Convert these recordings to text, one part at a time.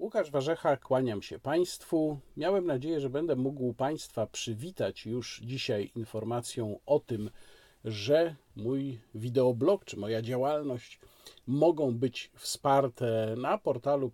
Łukasz Warzecha, kłaniam się Państwu. Miałem nadzieję, że będę mógł Państwa przywitać już dzisiaj informacją o tym, że mój wideoblog czy moja działalność mogą być wsparte na portalu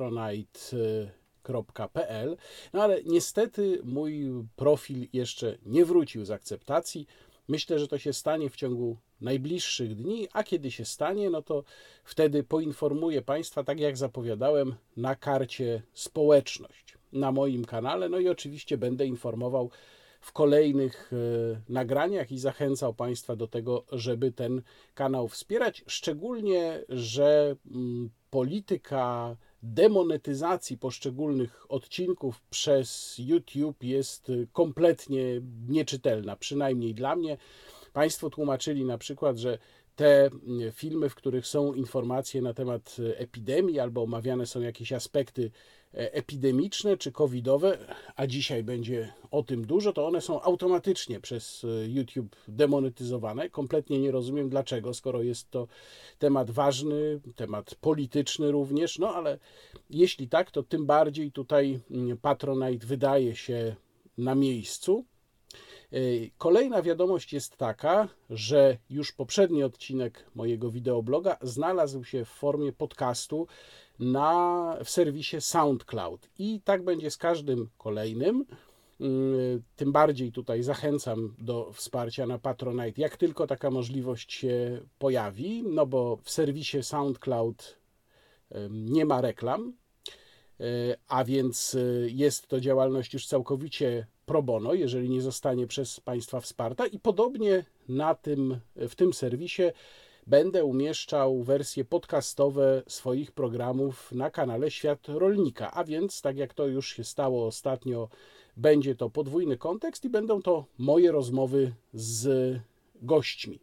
patronite.pl. No ale niestety mój profil jeszcze nie wrócił z akceptacji. Myślę, że to się stanie w ciągu najbliższych dni, a kiedy się stanie, no to wtedy poinformuję Państwa, tak jak zapowiadałem, na karcie społeczność na moim kanale. No i oczywiście będę informował w kolejnych nagraniach i zachęcał Państwa do tego, żeby ten kanał wspierać. Szczególnie, że polityka demonetyzacji poszczególnych odcinków przez YouTube jest kompletnie nieczytelna, przynajmniej dla mnie. Państwo tłumaczyli na przykład, że te filmy, w których są informacje na temat epidemii albo omawiane są jakieś aspekty epidemiczne czy covidowe, a dzisiaj będzie o tym dużo, to one są automatycznie przez YouTube demonetyzowane. Kompletnie nie rozumiem dlaczego, skoro jest to temat ważny, temat polityczny również, no ale jeśli tak, to tym bardziej tutaj Patronite wydaje się na miejscu. Kolejna wiadomość jest taka, że już poprzedni odcinek mojego wideobloga znalazł się w formie podcastu w serwisie SoundCloud i tak będzie z każdym kolejnym. Tym bardziej tutaj zachęcam do wsparcia na Patronite, jak tylko taka możliwość się pojawi, no bo w serwisie SoundCloud nie ma reklam, a więc jest to działalność już całkowicie pro bono, jeżeli nie zostanie przez Państwa wsparta, i podobnie w tym serwisie będę umieszczał wersje podcastowe swoich programów na kanale Świat Rolnika, a więc tak jak to już się stało ostatnio, będzie to podwójny kontekst i będą to moje rozmowy z gośćmi.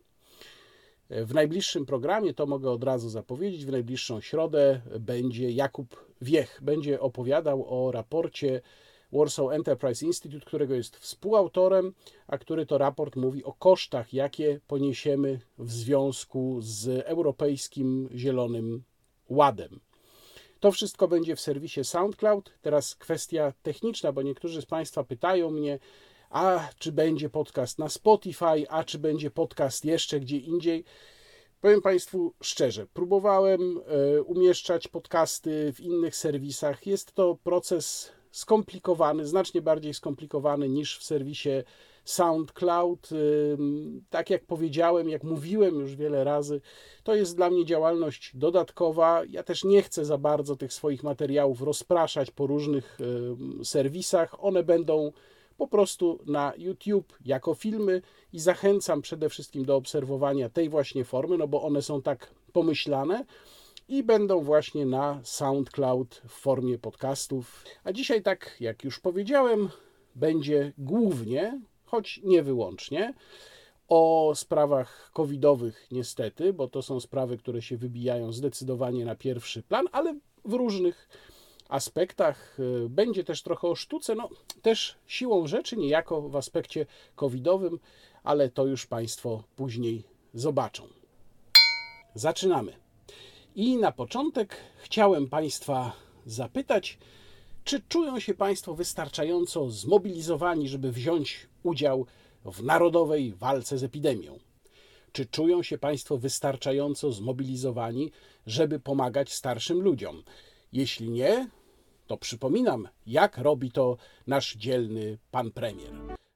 W najbliższym programie, to mogę od razu zapowiedzieć, w najbliższą środę będzie Jakub Wiech. Będzie opowiadał o raporcie Warsaw Enterprise Institute, którego jest współautorem, a który to raport mówi o kosztach, jakie poniesiemy w związku z Europejskim Zielonym Ładem. To wszystko będzie w serwisie SoundCloud. Teraz kwestia techniczna, bo niektórzy z Państwa pytają mnie, a czy będzie podcast na Spotify, a czy będzie podcast jeszcze gdzie indziej. Powiem Państwu szczerze, próbowałem umieszczać podcasty w innych serwisach. Jest to proces skomplikowany, znacznie bardziej skomplikowany niż w serwisie SoundCloud. Tak jak powiedziałem, jak mówiłem już wiele razy, to jest dla mnie działalność dodatkowa. Ja też nie chcę za bardzo tych swoich materiałów rozpraszać po różnych serwisach. One będą po prostu na YouTube jako filmy i zachęcam przede wszystkim do obserwowania tej właśnie formy, no bo one są tak pomyślane i będą właśnie na SoundCloud w formie podcastów. A dzisiaj, tak jak już powiedziałem, będzie głównie, choć nie wyłącznie, o sprawach covidowych niestety, bo to są sprawy, które się wybijają zdecydowanie na pierwszy plan, ale w różnych aspektach. Będzie też trochę o sztuce, no też siłą rzeczy, niejako w aspekcie covidowym, ale to już Państwo później zobaczą. Zaczynamy. I na początek chciałem Państwa zapytać, czy czują się Państwo wystarczająco zmobilizowani, żeby wziąć udział w narodowej walce z epidemią? Czy czują się Państwo wystarczająco zmobilizowani, żeby pomagać starszym ludziom? Jeśli nie, to przypominam, jak robi to nasz dzielny pan premier.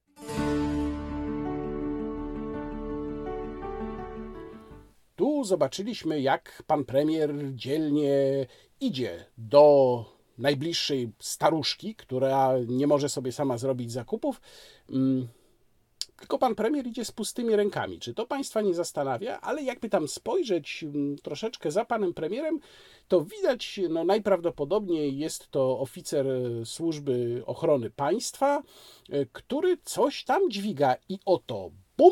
Tu zobaczyliśmy, jak pan premier dzielnie idzie do najbliższej staruszki, która nie może sobie sama zrobić zakupów. Tylko pan premier idzie z pustymi rękami. Czy to Państwa nie zastanawia? Ale jakby tam spojrzeć troszeczkę za panem premierem, to widać, no najprawdopodobniej jest to oficer Służby Ochrony Państwa, który coś tam dźwiga i oto bum!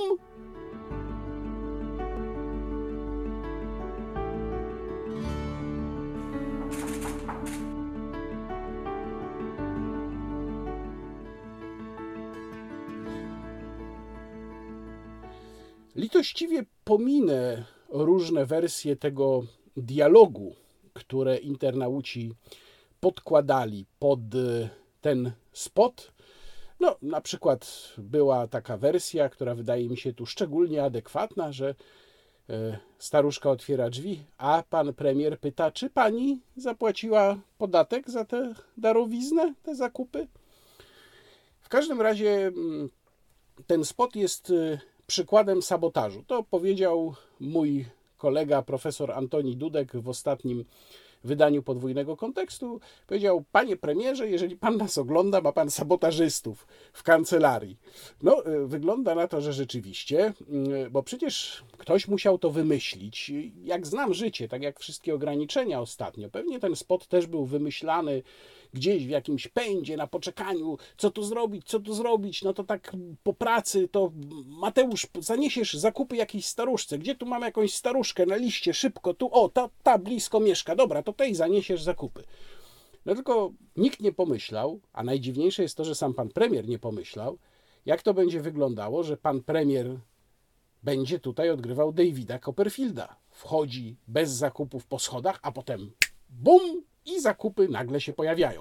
Litościwie pominę różne wersje tego dialogu, które internauci podkładali pod ten spot. No, na przykład była taka wersja, która wydaje mi się tu szczególnie adekwatna, że staruszka otwiera drzwi, a pan premier pyta, czy pani zapłaciła podatek za tę darowiznę, te zakupy? W każdym razie ten spot jest przykładem sabotażu. To powiedział mój kolega profesor Antoni Dudek w ostatnim wydaniu Podwójnego Kontekstu. Powiedział: panie premierze, jeżeli pan nas ogląda, ma pan sabotażystów w kancelarii. No, wygląda na to, że rzeczywiście, bo przecież ktoś musiał to wymyślić. Jak znam życie, tak jak wszystkie ograniczenia ostatnio, pewnie ten spot też był wymyślany gdzieś w jakimś pędzie, na poczekaniu, co tu zrobić, no to tak po pracy, to Mateusz, zaniesiesz zakupy jakiejś staruszce, gdzie tu mamy jakąś staruszkę na liście, szybko, tu, o, ta blisko mieszka, dobra, to tej zaniesiesz zakupy. No tylko nikt nie pomyślał, a najdziwniejsze jest to, że sam pan premier nie pomyślał, jak to będzie wyglądało, że pan premier będzie tutaj odgrywał Davida Copperfielda. Wchodzi bez zakupów po schodach, a potem bum! I zakupy nagle się pojawiają.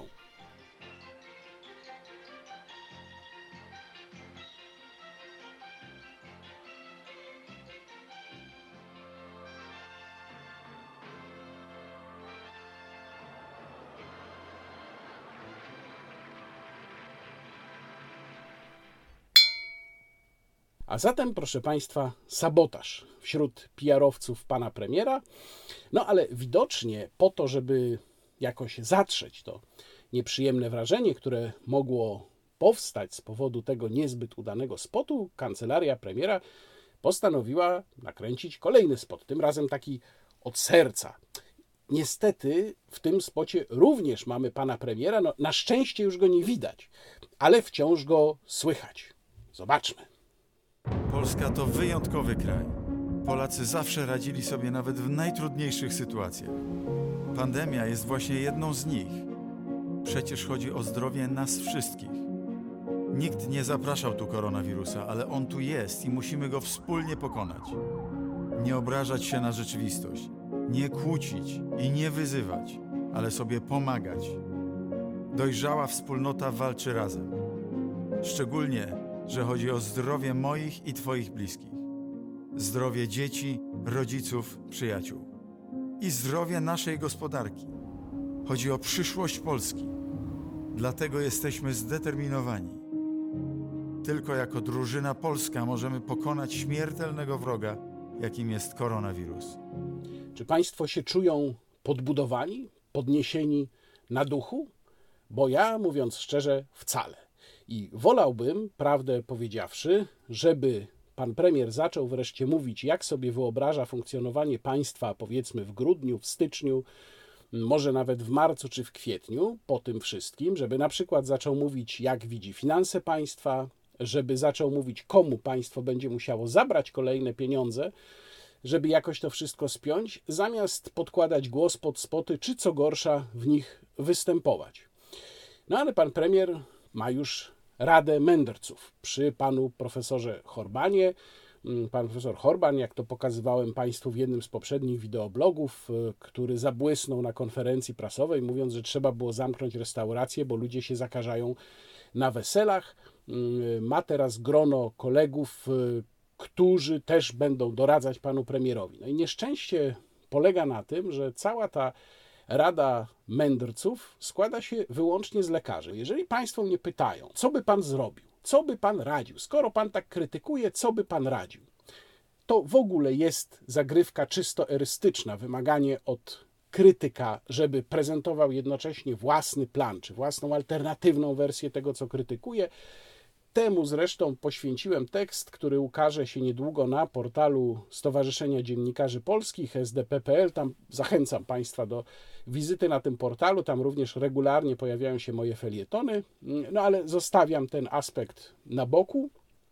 A zatem, proszę Państwa, sabotaż wśród PR-owców pana premiera. No ale widocznie po to, żeby jakoś zatrzeć to nieprzyjemne wrażenie, które mogło powstać z powodu tego niezbyt udanego spotu, kancelaria premiera postanowiła nakręcić kolejny spot, tym razem taki od serca. Niestety w tym spocie również mamy pana premiera, no na szczęście już go nie widać, ale wciąż go słychać. Zobaczmy. Polska to wyjątkowy kraj. Polacy zawsze radzili sobie nawet w najtrudniejszych sytuacjach. Pandemia jest właśnie jedną z nich. Przecież chodzi o zdrowie nas wszystkich. Nikt nie zapraszał tu koronawirusa, ale on tu jest i musimy go wspólnie pokonać. Nie obrażać się na rzeczywistość, nie kłócić i nie wyzywać, ale sobie pomagać. Dojrzała wspólnota walczy razem. Szczególnie, że chodzi o zdrowie moich i Twoich bliskich. Zdrowie dzieci, rodziców, przyjaciół. I zdrowie naszej gospodarki. Chodzi o przyszłość Polski. Dlatego jesteśmy zdeterminowani. Tylko jako drużyna polska możemy pokonać śmiertelnego wroga, jakim jest koronawirus. Czy Państwo się czują podbudowani, podniesieni na duchu? Bo ja, mówiąc szczerze, wcale. I wolałbym, prawdę powiedziawszy, żeby pan premier zaczął wreszcie mówić, jak sobie wyobraża funkcjonowanie państwa, powiedzmy w grudniu, w styczniu, może nawet w marcu czy w kwietniu, po tym wszystkim, żeby na przykład zaczął mówić, jak widzi finanse państwa, żeby zaczął mówić, komu państwo będzie musiało zabrać kolejne pieniądze, żeby jakoś to wszystko spiąć, zamiast podkładać głos pod spoty, czy co gorsza w nich występować. No ale pan premier ma już Radę Mędrców przy panu profesorze Horbanie. Pan profesor Horban, jak to pokazywałem Państwu w jednym z poprzednich wideoblogów, który zabłysnął na konferencji prasowej, mówiąc, że trzeba było zamknąć restaurację, bo ludzie się zakażają na weselach. Ma teraz grono kolegów, którzy też będą doradzać panu premierowi. No i nieszczęście polega na tym, że cała ta Rada Mędrców składa się wyłącznie z lekarzy. Jeżeli Państwo mnie pytają, co by Pan zrobił, co by Pan radził, skoro Pan tak krytykuje, co by Pan radził, to w ogóle jest zagrywka czysto erystyczna, wymaganie od krytyka, żeby prezentował jednocześnie własny plan, czy własną alternatywną wersję tego, co krytykuje. Temu zresztą poświęciłem tekst, który ukaże się niedługo na portalu Stowarzyszenia Dziennikarzy Polskich, sdp.pl. Tam zachęcam Państwa do wizyty na tym portalu. Tam również regularnie pojawiają się moje felietony. No ale zostawiam ten aspekt na boku.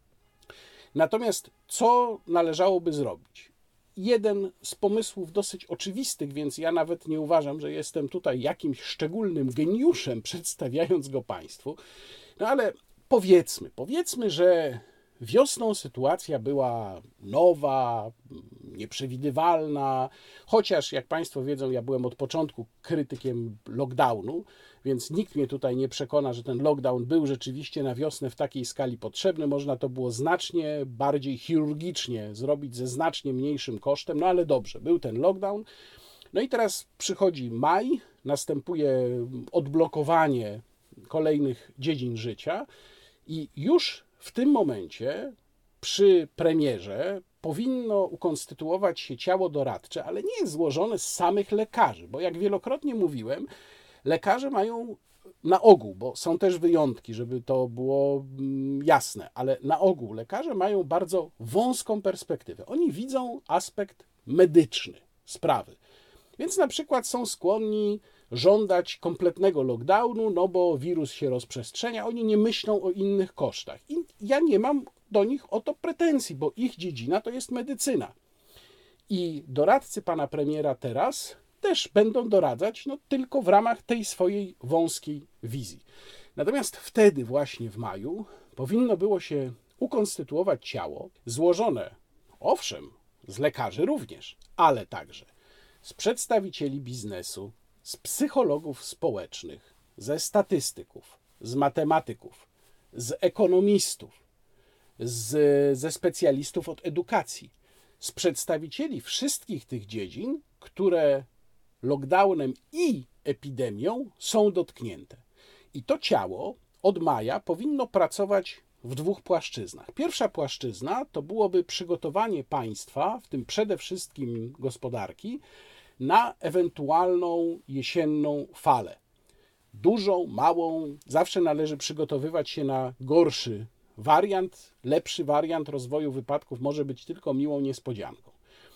Natomiast co należałoby zrobić? Jeden z pomysłów dosyć oczywistych, więc ja nawet nie uważam, że jestem tutaj jakimś szczególnym geniuszem, przedstawiając go Państwu. No ale powiedzmy, że wiosną sytuacja była nowa, nieprzewidywalna, chociaż jak Państwo wiedzą, ja byłem od początku krytykiem lockdownu, więc nikt mnie tutaj nie przekona, że ten lockdown był rzeczywiście na wiosnę w takiej skali potrzebny. Można to było znacznie bardziej chirurgicznie zrobić ze znacznie mniejszym kosztem, no ale dobrze, był ten lockdown. No i teraz przychodzi maj, następuje odblokowanie kolejnych dziedzin życia i już w tym momencie przy premierze powinno ukonstytuować się ciało doradcze, ale nie jest złożone z samych lekarzy, bo jak wielokrotnie mówiłem, lekarze mają na ogół, bo są też wyjątki, żeby to było jasne, ale na ogół lekarze mają bardzo wąską perspektywę. Oni widzą aspekt medyczny sprawy. Więc na przykład są skłonni żądać kompletnego lockdownu, no bo wirus się rozprzestrzenia, oni nie myślą o innych kosztach. I ja nie mam do nich o to pretensji, bo ich dziedzina to jest medycyna. I doradcy pana premiera teraz też będą doradzać, no tylko w ramach tej swojej wąskiej wizji. Natomiast wtedy właśnie w maju powinno było się ukonstytuować ciało złożone, owszem, z lekarzy również, ale także z przedstawicieli biznesu, z psychologów społecznych, ze statystyków, z matematyków, z ekonomistów, ze specjalistów od edukacji, z przedstawicieli wszystkich tych dziedzin, które lockdownem i epidemią są dotknięte. I to ciało od maja powinno pracować w dwóch płaszczyznach. Pierwsza płaszczyzna to byłoby przygotowanie państwa, w tym przede wszystkim gospodarki, na ewentualną jesienną falę. Dużą, małą, zawsze należy przygotowywać się na gorszy wariant. Lepszy wariant rozwoju wypadków może być tylko miłą niespodzianką.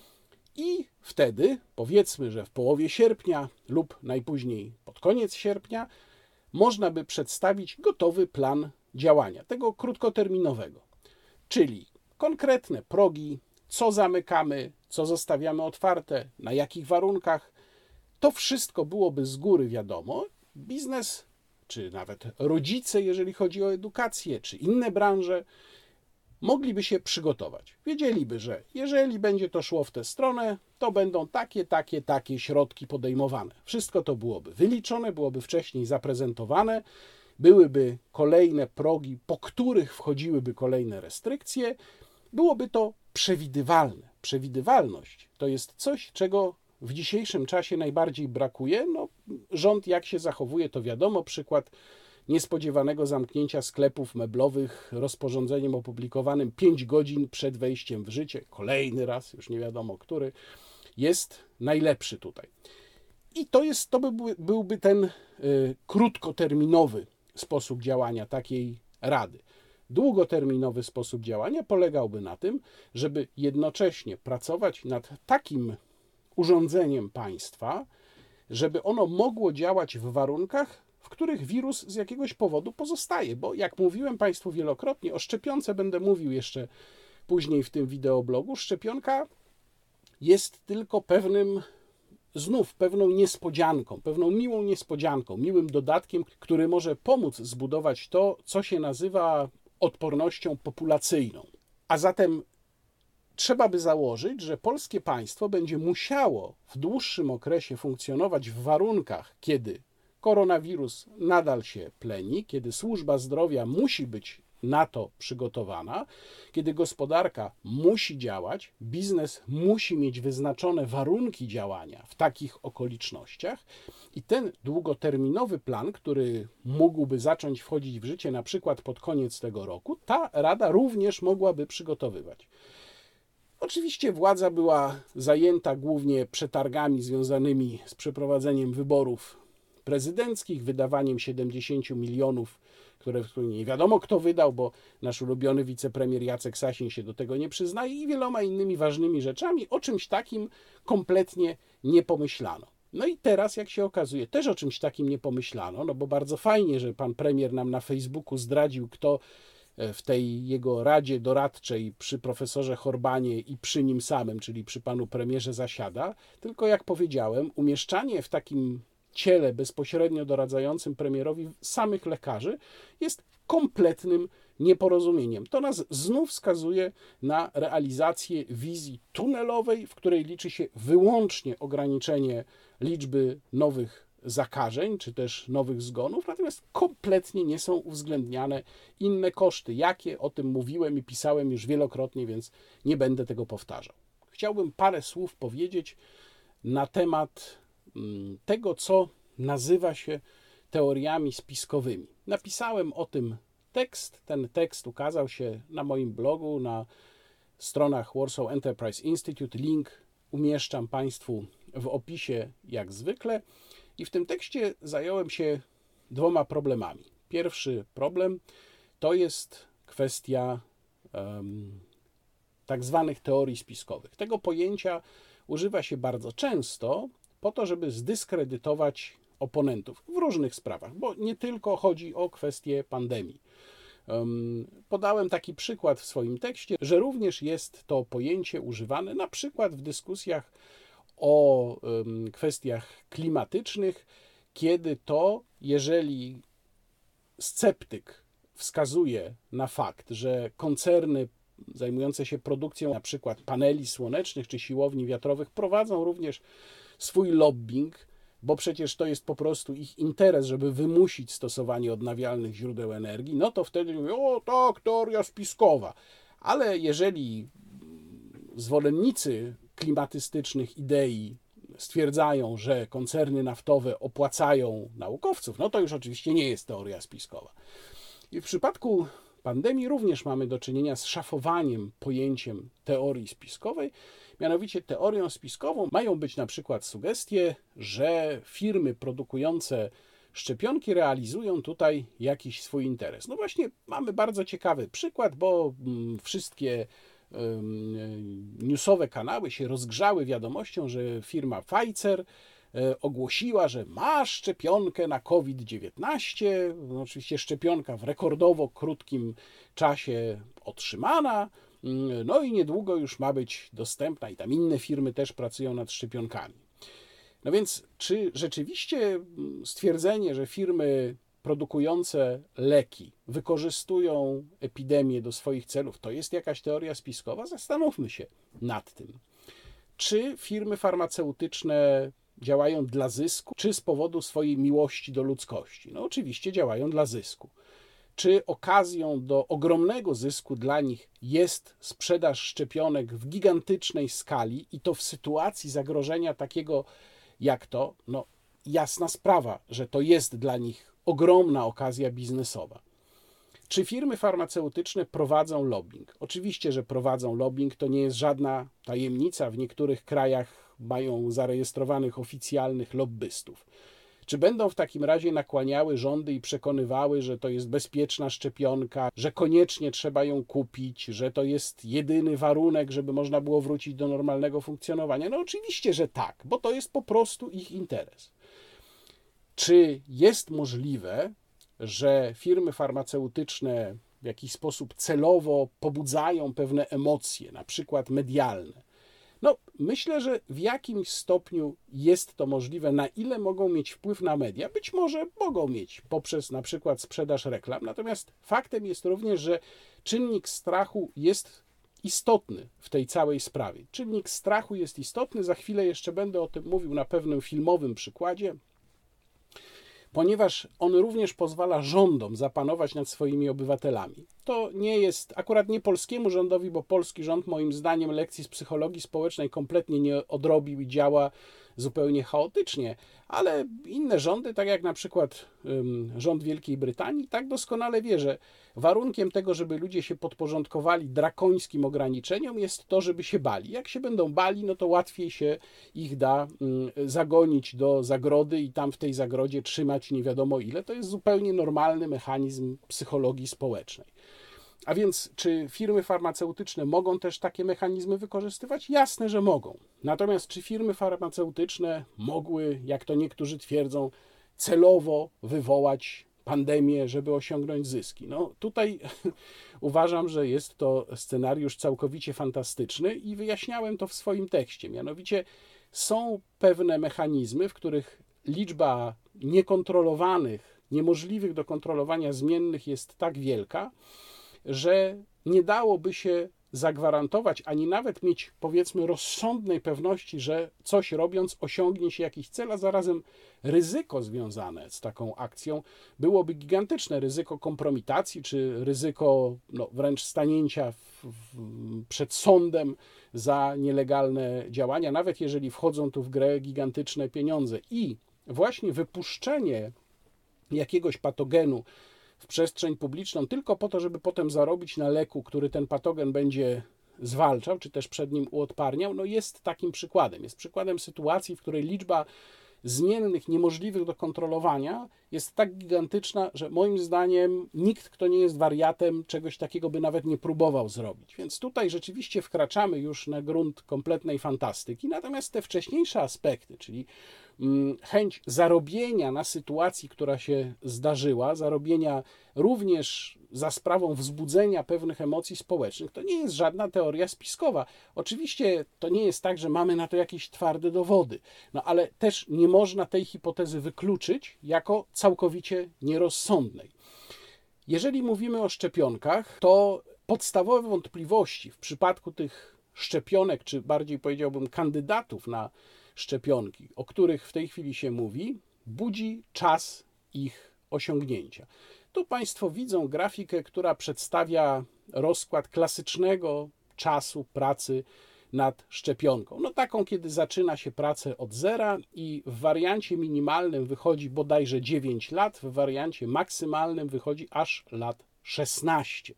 I wtedy, powiedzmy, że w połowie sierpnia lub najpóźniej pod koniec sierpnia, można by przedstawić gotowy plan działania, tego krótkoterminowego, czyli konkretne progi, co zamykamy, co zostawiamy otwarte, na jakich warunkach. To wszystko byłoby z góry wiadomo. Biznes, czy nawet rodzice, jeżeli chodzi o edukację, czy inne branże, mogliby się przygotować. Wiedzieliby, że jeżeli będzie to szło w tę stronę, to będą takie środki podejmowane. Wszystko to byłoby wyliczone, byłoby wcześniej zaprezentowane, byłyby kolejne progi, po których wchodziłyby kolejne restrykcje. Byłoby to przewidywalne. Przewidywalność to jest coś, czego w dzisiejszym czasie najbardziej brakuje. No, rząd jak się zachowuje, to wiadomo. Przykład niespodziewanego zamknięcia sklepów meblowych rozporządzeniem opublikowanym 5 godzin przed wejściem w życie, kolejny raz, już nie wiadomo który, jest najlepszy tutaj. I to byłby ten krótkoterminowy sposób działania takiej rady. Długoterminowy sposób działania polegałby na tym, żeby jednocześnie pracować nad takim urządzeniem państwa, żeby ono mogło działać w warunkach, w których wirus z jakiegoś powodu pozostaje. Bo jak mówiłem Państwu wielokrotnie, o szczepionce będę mówił jeszcze później w tym wideoblogu, szczepionka jest tylko pewną niespodzianką, pewną miłą niespodzianką, miłym dodatkiem, który może pomóc zbudować to, co się nazywa odpornością populacyjną. A zatem trzeba by założyć, że polskie państwo będzie musiało w dłuższym okresie funkcjonować w warunkach, kiedy koronawirus nadal się pleni, kiedy służba zdrowia musi być na to przygotowana, kiedy gospodarka musi działać, biznes musi mieć wyznaczone warunki działania w takich okolicznościach i ten długoterminowy plan, który mógłby zacząć wchodzić w życie na przykład pod koniec tego roku, ta Rada również mogłaby przygotowywać. Oczywiście władza była zajęta głównie przetargami związanymi z przeprowadzeniem wyborów prezydenckich, wydawaniem 70 milionów, które nie wiadomo kto wydał, bo nasz ulubiony wicepremier Jacek Sasin się do tego nie przyznaje i wieloma innymi ważnymi rzeczami. O czymś takim kompletnie nie pomyślano. No i teraz, jak się okazuje, też o czymś takim nie pomyślano, no bo bardzo fajnie, że pan premier nam na Facebooku zdradził, kto w tej jego radzie doradczej przy profesorze Horbanie i przy nim samym, czyli przy panu premierze zasiada. Tylko jak powiedziałem, umieszczanie w takim ciele bezpośrednio doradzającym premierowi samych lekarzy jest kompletnym nieporozumieniem. To nas znów wskazuje na realizację wizji tunelowej, w której liczy się wyłącznie ograniczenie liczby nowych zakażeń, czy też nowych zgonów, natomiast kompletnie nie są uwzględniane inne koszty. Jakie? O tym mówiłem i pisałem już wielokrotnie, więc nie będę tego powtarzał. Chciałbym parę słów powiedzieć na temat tego, co nazywa się teoriami spiskowymi. Napisałem o tym tekst. Ten tekst ukazał się na moim blogu, na stronach Warsaw Enterprise Institute. Link umieszczam Państwu w opisie jak zwykle. I w tym tekście zająłem się dwoma problemami. Pierwszy problem to jest kwestia tak zwanych teorii spiskowych. Tego pojęcia używa się bardzo często po to, żeby zdyskredytować oponentów w różnych sprawach, bo nie tylko chodzi o kwestię pandemii. Podałem taki przykład w swoim tekście, że również jest to pojęcie używane na przykład w dyskusjach o kwestiach klimatycznych, kiedy to, jeżeli sceptyk wskazuje na fakt, że koncerny zajmujące się produkcją na przykład paneli słonecznych czy siłowni wiatrowych prowadzą również swój lobbying, bo przecież to jest po prostu ich interes, żeby wymusić stosowanie odnawialnych źródeł energii, no to wtedy mówią, o tak, teoria spiskowa. Ale jeżeli zwolennicy klimatystycznych idei stwierdzają, że koncerny naftowe opłacają naukowców, no to już oczywiście nie jest teoria spiskowa. I w przypadku pandemii również mamy do czynienia z szafowaniem pojęciem teorii spiskowej. Mianowicie teorią spiskową mają być na przykład sugestie, że firmy produkujące szczepionki realizują tutaj jakiś swój interes. No właśnie mamy bardzo ciekawy przykład, bo wszystkie newsowe kanały się rozgrzały wiadomością, że firma Pfizer ogłosiła, że ma szczepionkę na COVID-19. No oczywiście szczepionka w rekordowo krótkim czasie otrzymana, no i niedługo już ma być dostępna i tam inne firmy też pracują nad szczepionkami. No więc czy rzeczywiście stwierdzenie, że firmy produkujące leki wykorzystują epidemię do swoich celów, to jest jakaś teoria spiskowa? Zastanówmy się nad tym. Czy firmy farmaceutyczne działają dla zysku, czy z powodu swojej miłości do ludzkości? No oczywiście działają dla zysku. Czy okazją do ogromnego zysku dla nich jest sprzedaż szczepionek w gigantycznej skali i to w sytuacji zagrożenia takiego jak to? No jasna sprawa, że to jest dla nich ogromna okazja biznesowa. Czy firmy farmaceutyczne prowadzą lobbying? Oczywiście, że prowadzą lobbying, to nie jest żadna tajemnica. W niektórych krajach mają zarejestrowanych oficjalnych lobbystów. Czy będą w takim razie nakłaniały rządy i przekonywały, że to jest bezpieczna szczepionka, że koniecznie trzeba ją kupić, że to jest jedyny warunek, żeby można było wrócić do normalnego funkcjonowania? No oczywiście, że tak, bo to jest po prostu ich interes. Czy jest możliwe, że firmy farmaceutyczne w jakiś sposób celowo pobudzają pewne emocje, na przykład medialne? No, myślę, że w jakimś stopniu jest to możliwe. Na ile mogą mieć wpływ na media? Być może mogą mieć poprzez na przykład sprzedaż reklam. Natomiast faktem jest również, że czynnik strachu jest istotny w tej całej sprawie. Czynnik strachu jest istotny. Za chwilę jeszcze będę o tym mówił na pewnym filmowym przykładzie, ponieważ on również pozwala rządom zapanować nad swoimi obywatelami. To nie jest akurat nie polskiemu rządowi, bo polski rząd moim zdaniem lekcji z psychologii społecznej kompletnie nie odrobił i działa zupełnie chaotycznie, ale inne rządy, tak jak na przykład rząd Wielkiej Brytanii, tak doskonale wie, że warunkiem tego, żeby ludzie się podporządkowali drakońskim ograniczeniom, jest to, żeby się bali. Jak się będą bali, no to łatwiej się ich da zagonić do zagrody i tam w tej zagrodzie trzymać nie wiadomo ile. To jest zupełnie normalny mechanizm psychologii społecznej. A więc czy firmy farmaceutyczne mogą też takie mechanizmy wykorzystywać? Jasne, że mogą. Natomiast czy firmy farmaceutyczne mogły, jak to niektórzy twierdzą, celowo wywołać pandemię, żeby osiągnąć zyski? No tutaj uważam, że jest to scenariusz całkowicie fantastyczny i wyjaśniałem to w swoim tekście. Mianowicie są pewne mechanizmy, w których liczba niekontrolowanych, niemożliwych do kontrolowania zmiennych jest tak wielka, że nie dałoby się zagwarantować, ani nawet mieć, powiedzmy, rozsądnej pewności, że coś robiąc osiągnie się jakiś cel, a zarazem ryzyko związane z taką akcją byłoby gigantyczne. Ryzyko kompromitacji, czy ryzyko wręcz stanięcia przed sądem za nielegalne działania, nawet jeżeli wchodzą tu w grę gigantyczne pieniądze. I właśnie wypuszczenie jakiegoś patogenu w przestrzeń publiczną tylko po to, żeby potem zarobić na leku, który ten patogen będzie zwalczał, czy też przed nim uodparniał, jest takim przykładem. Jest przykładem sytuacji, w której liczba zmiennych niemożliwych do kontrolowania jest tak gigantyczna, że moim zdaniem nikt, kto nie jest wariatem, czegoś takiego by nawet nie próbował zrobić. Więc tutaj rzeczywiście wkraczamy już na grunt kompletnej fantastyki. Natomiast te wcześniejsze aspekty, czyli chęć zarobienia na sytuacji, która się zdarzyła, zarobienia również za sprawą wzbudzenia pewnych emocji społecznych, to nie jest żadna teoria spiskowa. Oczywiście to nie jest tak, że mamy na to jakieś twarde dowody, ale też nie można tej hipotezy wykluczyć jako całkowicie nierozsądnej. Jeżeli mówimy o szczepionkach, to podstawowe wątpliwości w przypadku tych szczepionek, czy bardziej powiedziałbym kandydatów na szczepionki, o których w tej chwili się mówi, budzi czas ich osiągnięcia. Tu Państwo widzą grafikę, która przedstawia rozkład klasycznego czasu pracy nad szczepionką. Taką, kiedy zaczyna się pracę od zera i w wariancie minimalnym wychodzi bodajże 9 lat, w wariancie maksymalnym wychodzi aż lat 16.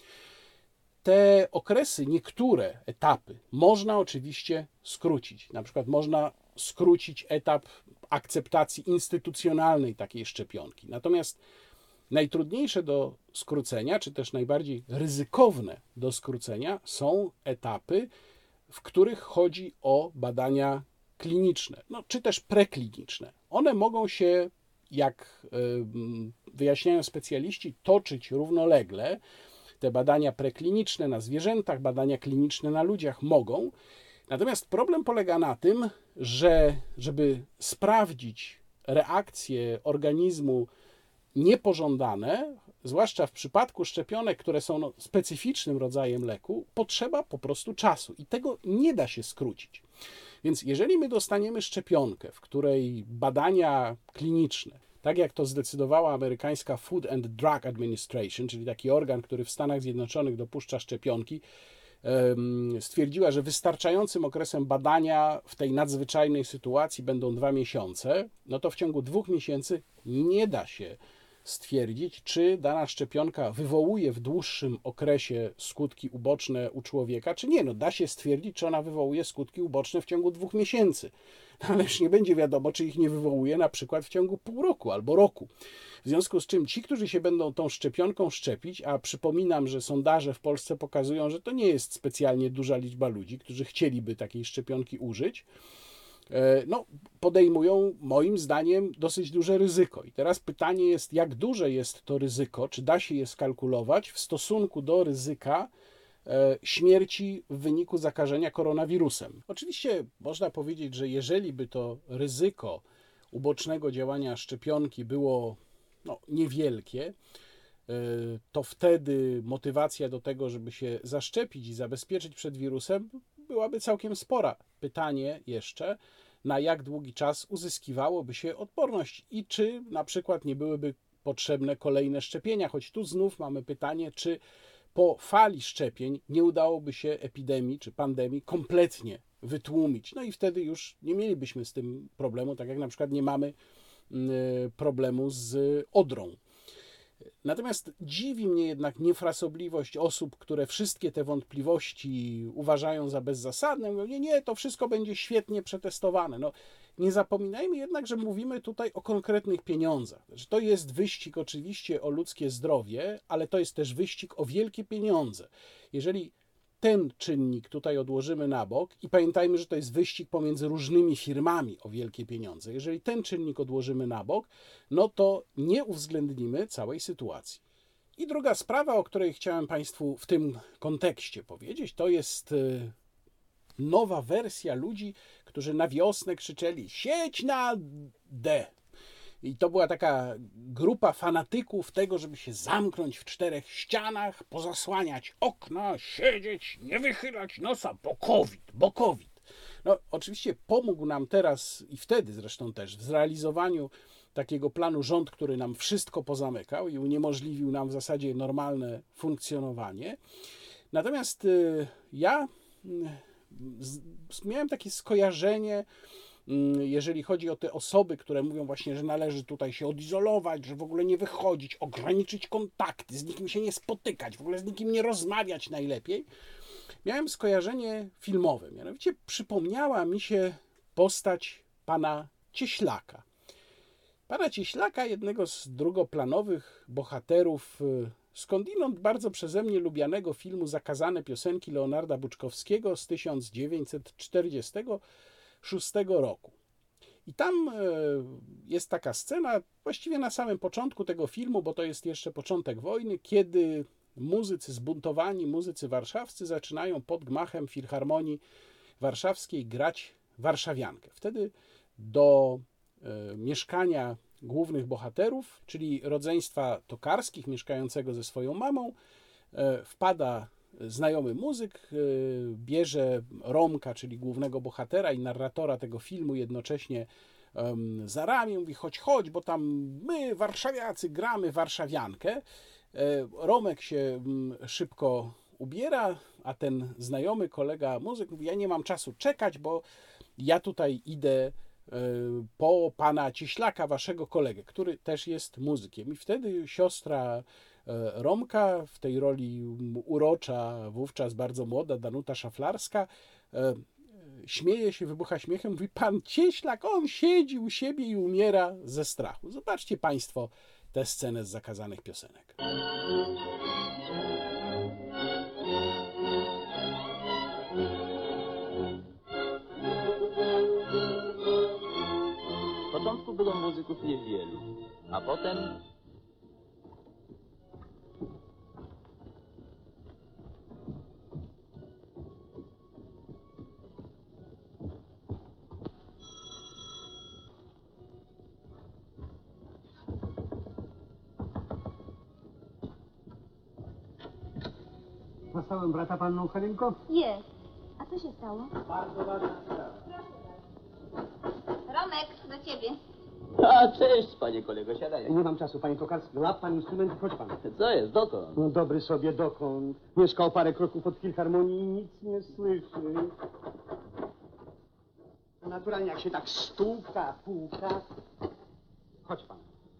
Te okresy, niektóre etapy można oczywiście skrócić. Na przykład można skrócić etap akceptacji instytucjonalnej takiej szczepionki. Natomiast najtrudniejsze do skrócenia, czy też najbardziej ryzykowne do skrócenia są etapy, w których chodzi o badania kliniczne, czy też prekliniczne. One mogą się, jak wyjaśniają specjaliści, toczyć równolegle. Te badania prekliniczne na zwierzętach, badania kliniczne na ludziach mogą. Natomiast problem polega na tym, że żeby sprawdzić reakcje organizmu niepożądane, zwłaszcza w przypadku szczepionek, które są specyficznym rodzajem leku, potrzeba po prostu czasu i tego nie da się skrócić. Więc jeżeli my dostaniemy szczepionkę, w której badania kliniczne, tak jak to zdecydowała amerykańska Food and Drug Administration, czyli taki organ, który w Stanach Zjednoczonych dopuszcza szczepionki, stwierdziła, że wystarczającym okresem badania w tej nadzwyczajnej sytuacji będą 2 miesiące, to w ciągu 2 miesięcy nie da się stwierdzić, czy dana szczepionka wywołuje w dłuższym okresie skutki uboczne u człowieka, czy nie. Da się stwierdzić, czy ona wywołuje skutki uboczne w ciągu 2 miesięcy. Ale już nie będzie wiadomo, czy ich nie wywołuje na przykład w ciągu pół roku albo roku. W związku z czym ci, którzy się będą tą szczepionką szczepić, a przypominam, że sondaże w Polsce pokazują, że to nie jest specjalnie duża liczba ludzi, którzy chcieliby takiej szczepionki użyć, podejmują moim zdaniem dosyć duże ryzyko. I teraz pytanie jest, jak duże jest to ryzyko, czy da się je skalkulować w stosunku do ryzyka śmierci w wyniku zakażenia koronawirusem. Oczywiście można powiedzieć, że jeżeli by to ryzyko ubocznego działania szczepionki było niewielkie, to wtedy motywacja do tego, żeby się zaszczepić i zabezpieczyć przed wirusem, byłaby całkiem spora. Pytanie jeszcze, na jak długi czas uzyskiwałoby się odporność i czy na przykład nie byłyby potrzebne kolejne szczepienia, choć tu znów mamy pytanie, czy po fali szczepień nie udałoby się epidemii czy pandemii kompletnie wytłumić. I wtedy już nie mielibyśmy z tym problemu, tak jak na przykład nie mamy problemu z odrą. Natomiast dziwi mnie jednak niefrasobliwość osób, które wszystkie te wątpliwości uważają za bezzasadne. Mówią, nie, to wszystko będzie świetnie przetestowane. Nie zapominajmy jednak, że mówimy tutaj o konkretnych pieniądzach. To jest wyścig oczywiście o ludzkie zdrowie, ale to jest też wyścig o wielkie pieniądze. Jeżeli ten czynnik tutaj odłożymy na bok i pamiętajmy, że to jest wyścig pomiędzy różnymi firmami o wielkie pieniądze. Jeżeli ten czynnik odłożymy na bok, to nie uwzględnimy całej sytuacji. I druga sprawa, o której chciałem Państwu w tym kontekście powiedzieć, to jest nowa wersja ludzi, którzy na wiosnę krzyczeli siedź na D. I to była taka grupa fanatyków tego, żeby się zamknąć w 4 ścianach, pozasłaniać okna, siedzieć, nie wychylać nosa, bo COVID. No, oczywiście pomógł nam teraz i wtedy zresztą też w zrealizowaniu takiego planu rząd, który nam wszystko pozamykał i uniemożliwił nam w zasadzie normalne funkcjonowanie. Natomiast ja miałem takie skojarzenie, jeżeli chodzi o te osoby, które mówią właśnie, że należy tutaj się odizolować, że w ogóle nie wychodzić, ograniczyć kontakty, z nikim się nie spotykać, w ogóle z nikim nie rozmawiać najlepiej. Miałem skojarzenie filmowe, mianowicie przypomniała mi się postać pana Cieślaka. Pana Cieślaka, jednego z drugoplanowych bohaterów skądinąd bardzo przeze mnie lubianego filmu Zakazane piosenki Leonarda Buczkowskiego z 1946 roku. I tam jest taka scena, właściwie na samym początku tego filmu, bo to jest jeszcze początek wojny, kiedy muzycy zbuntowani, muzycy warszawscy zaczynają pod gmachem Filharmonii Warszawskiej grać warszawiankę. Wtedy do mieszkania głównych bohaterów, czyli rodzeństwa Tokarskich, mieszkającego ze swoją mamą, wpada znajomy muzyk, bierze Romka, czyli głównego bohatera i narratora tego filmu jednocześnie za ramię, mówi chodź, bo tam my warszawiacy gramy warszawiankę. Romek się szybko ubiera, a ten znajomy kolega muzyk mówi, ja nie mam czasu czekać, bo ja tutaj idę po pana Cieślaka, waszego kolegę, który też jest muzykiem. I wtedy siostra Romka, w tej roli urocza, wówczas bardzo młoda Danuta Szaflarska, śmieje się, wybucha śmiechem, mówi, pan Cieślak, on siedzi u siebie i umiera ze strachu. Zobaczcie państwo tę scenę z Zakazanych piosenek. W początku było muzyków niewielu, a potem... Zastałem brata panną Halinko? Jest. A co się stało? Bardzo ważna sprawa. Romek, do ciebie. A, cześć, panie kolego, siadaj. Nie mam czasu, panie Tokarski. Łap pan instrument i chodź pan. Co jest, dokąd? No dobry sobie dokąd. Mieszkał parę kroków od filharmonii i nic nie słyszy. Naturalnie jak się tak stuka, puka. Chodź pan.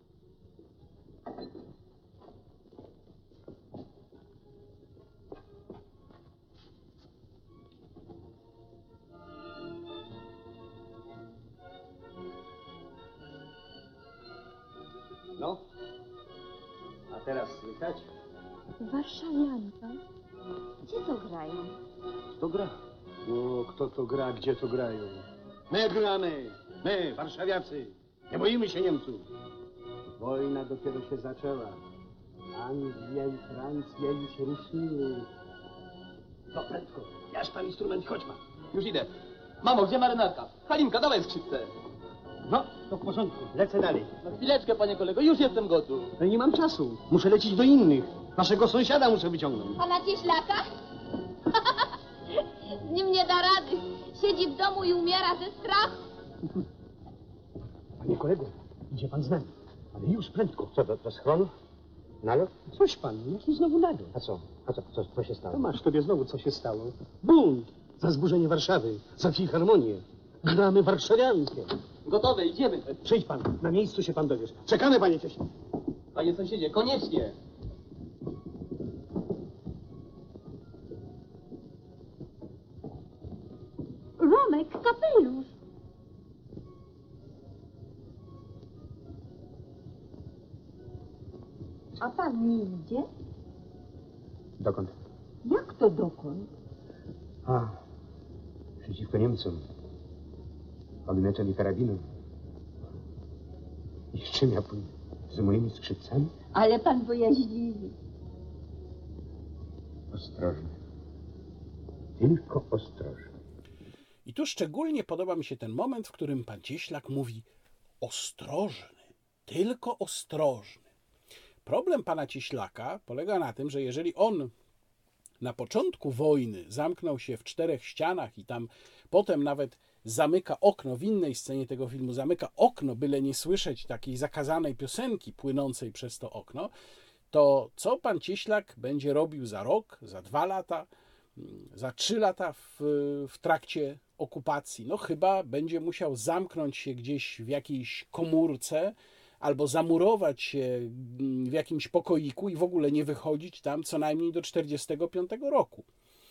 No, a teraz słychać? Warszawianka? Gdzie to grają? Kto gra? No, kto to gra, gdzie to grają? My gramy! My, warszawiacy! Nie boimy się Niemców! Wojna dopiero się zaczęła. Anglia i Francja już ruszyły. No prędko, jaż pan instrument, chodź pan. Już idę. Mamo, gdzie marynarka? Halinka, dawaj skrzypce. No, to w porządku, lecę dalej. No chwileczkę, panie kolego, już jestem gotów. Ale nie mam czasu, muszę lecieć do innych. Naszego sąsiada muszę wyciągnąć. Pana Cieślaka? Z nim nie da rady. Siedzi w domu i umiera ze strachu. Panie kolego, idzie pan z nami. Ale już prędko. Co, do schronu? Nalot? Coś pan, jaki znowu nalot. A co się stało? No masz tobie znowu, co się stało. Bunt! Za zburzenie Warszawy, za filharmonię. Gramy warszawiankę. Gotowe, idziemy. Przyjdź pan, na miejscu się pan dowiesz. Czekamy, panie Cieślak. Panie sąsiedzie, koniecznie. Romek, kapelusz. A pan nie idzie? Dokąd? Jak to dokąd? A, przeciwko Niemcom. Ognieczem i karabinem. I z czym ja pójdę? Z moimi skrzypcami? Ale pan bojaźliwy. Ostrożnie. Tylko ostrożnie. I tu szczególnie podoba mi się ten moment, w którym pan Cieślak mówi ostrożny, tylko ostrożny. Problem pana Cieślaka polega na tym, że jeżeli on na początku wojny zamknął się w 4 ścianach i tam potem nawet zamyka okno, w innej scenie tego filmu zamyka okno, byle nie słyszeć takiej zakazanej piosenki płynącej przez to okno, to co pan Cieślak będzie robił za rok, za 2 lata, za 3 lata w trakcie okupacji? No chyba będzie musiał zamknąć się gdzieś w jakiejś komórce albo zamurować się w jakimś pokoiku i w ogóle nie wychodzić tam co najmniej do 1945 roku.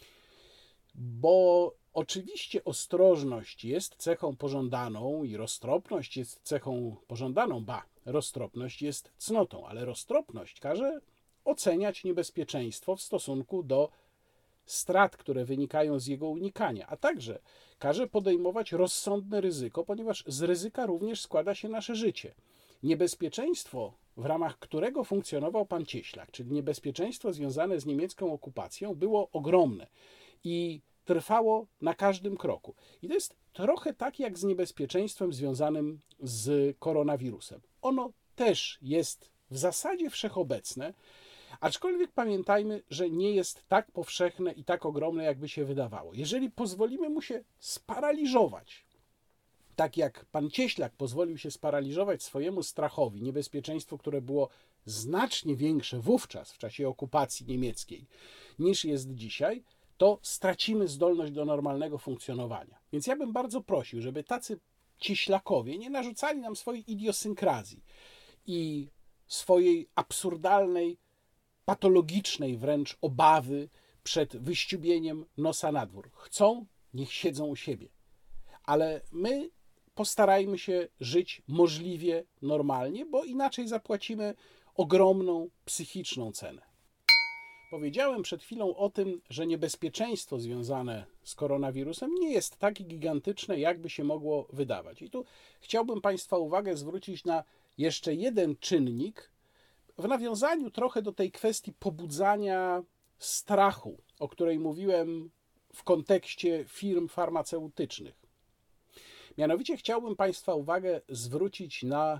Bo oczywiście ostrożność jest cechą pożądaną i roztropność jest cechą pożądaną, roztropność jest cnotą, ale roztropność każe oceniać niebezpieczeństwo w stosunku do strat, które wynikają z jego unikania, a także każe podejmować rozsądne ryzyko, ponieważ z ryzyka również składa się nasze życie. Niebezpieczeństwo, w ramach którego funkcjonował pan Cieślak, czyli niebezpieczeństwo związane z niemiecką okupacją, było ogromne i trwało na każdym kroku. I to jest trochę tak jak z niebezpieczeństwem związanym z koronawirusem. Ono też jest w zasadzie wszechobecne, aczkolwiek pamiętajmy, że nie jest tak powszechne i tak ogromne, jakby się wydawało. Jeżeli pozwolimy mu się sparaliżować, tak jak pan Cieślak pozwolił się sparaliżować swojemu strachowi, niebezpieczeństwu, które było znacznie większe wówczas, w czasie okupacji niemieckiej, niż jest dzisiaj, to stracimy zdolność do normalnego funkcjonowania. Więc ja bym bardzo prosił, żeby tacy cieślakowie nie narzucali nam swojej idiosynkrazji i swojej absurdalnej, patologicznej wręcz obawy przed wyściubieniem nosa na dwór. Chcą, niech siedzą u siebie. Ale my postarajmy się żyć możliwie normalnie, bo inaczej zapłacimy ogromną psychiczną cenę. Powiedziałem przed chwilą o tym, że niebezpieczeństwo związane z koronawirusem nie jest tak gigantyczne, jakby się mogło wydawać. I tu chciałbym Państwa uwagę zwrócić na jeszcze jeden czynnik, w nawiązaniu trochę do tej kwestii pobudzania strachu, o której mówiłem w kontekście firm farmaceutycznych. Mianowicie chciałbym Państwa uwagę zwrócić na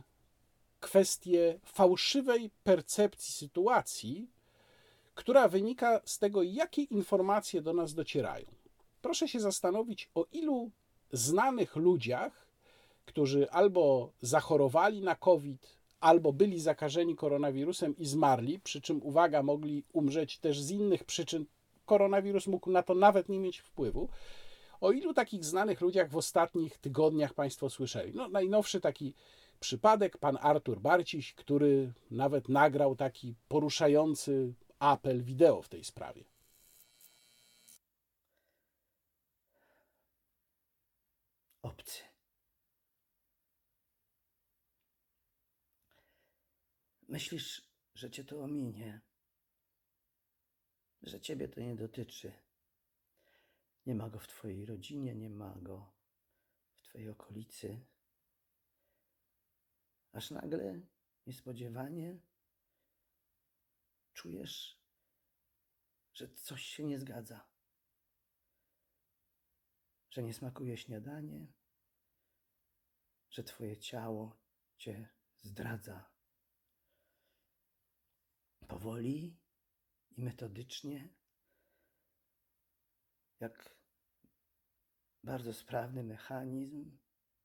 kwestię fałszywej percepcji sytuacji, która wynika z tego, jakie informacje do nas docierają. Proszę się zastanowić, o ilu znanych ludziach, którzy albo zachorowali na COVID, albo byli zakażeni koronawirusem i zmarli, przy czym, uwaga, mogli umrzeć też z innych przyczyn, koronawirus mógł na to nawet nie mieć wpływu. O ilu takich znanych ludziach w ostatnich tygodniach Państwo słyszeli? No, najnowszy taki przypadek, pan Artur Barciś, który nawet nagrał taki poruszający apel wideo w tej sprawie. Obcy. Myślisz, że cię to ominie, że ciebie to nie dotyczy. Nie ma go w twojej rodzinie, nie ma go w twojej okolicy. Aż nagle, niespodziewanie, czujesz, że coś się nie zgadza. Że nie smakuje śniadanie, że twoje ciało cię zdradza. Powoli i metodycznie, jak bardzo sprawny mechanizm,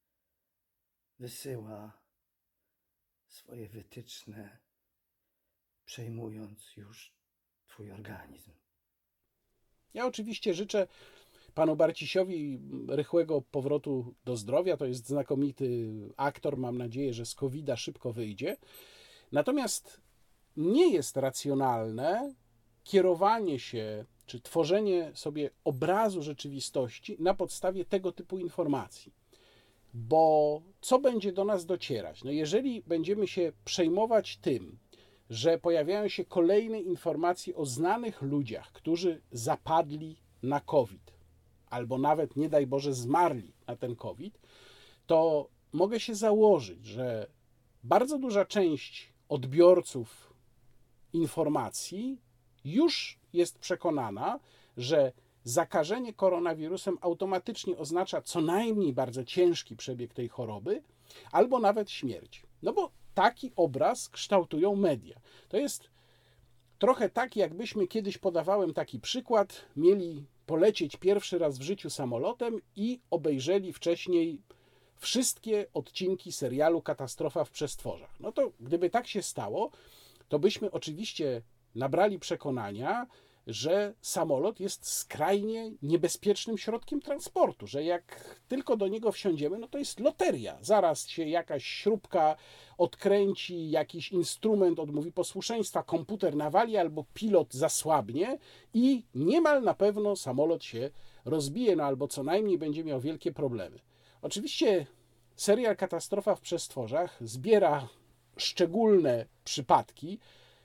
wysyła swoje wytyczne, przejmując już twój organizm. Ja oczywiście życzę panu Barcisiowi rychłego powrotu do zdrowia. To jest znakomity aktor. Mam nadzieję, że z COVID-a szybko wyjdzie. Natomiast nie jest racjonalne kierowanie się czy tworzenie sobie obrazu rzeczywistości na podstawie tego typu informacji. Bo co będzie do nas docierać? No jeżeli będziemy się przejmować tym, że pojawiają się kolejne informacje o znanych ludziach, którzy zapadli na COVID, albo nawet, nie daj Boże, zmarli na ten COVID, to mogę się założyć, że bardzo duża część odbiorców informacji już jest przekonana, że zakażenie koronawirusem automatycznie oznacza co najmniej bardzo ciężki przebieg tej choroby, albo nawet śmierć. No bo taki obraz kształtują media. To jest trochę tak, jakbyśmy kiedyś, podawałem taki przykład, mieli polecieć pierwszy raz w życiu samolotem i obejrzeli wcześniej wszystkie odcinki serialu Katastrofa w przestworzach. No to gdyby tak się stało, to byśmy oczywiście nabrali przekonania, że samolot jest skrajnie niebezpiecznym środkiem transportu, że jak tylko do niego wsiądziemy, no to jest loteria. Zaraz się jakaś śrubka odkręci, jakiś instrument odmówi posłuszeństwa, komputer nawali albo pilot zasłabnie i niemal na pewno samolot się rozbije, no albo co najmniej będzie miał wielkie problemy. Oczywiście serial Katastrofa w przestworzach zbiera szczególne przypadki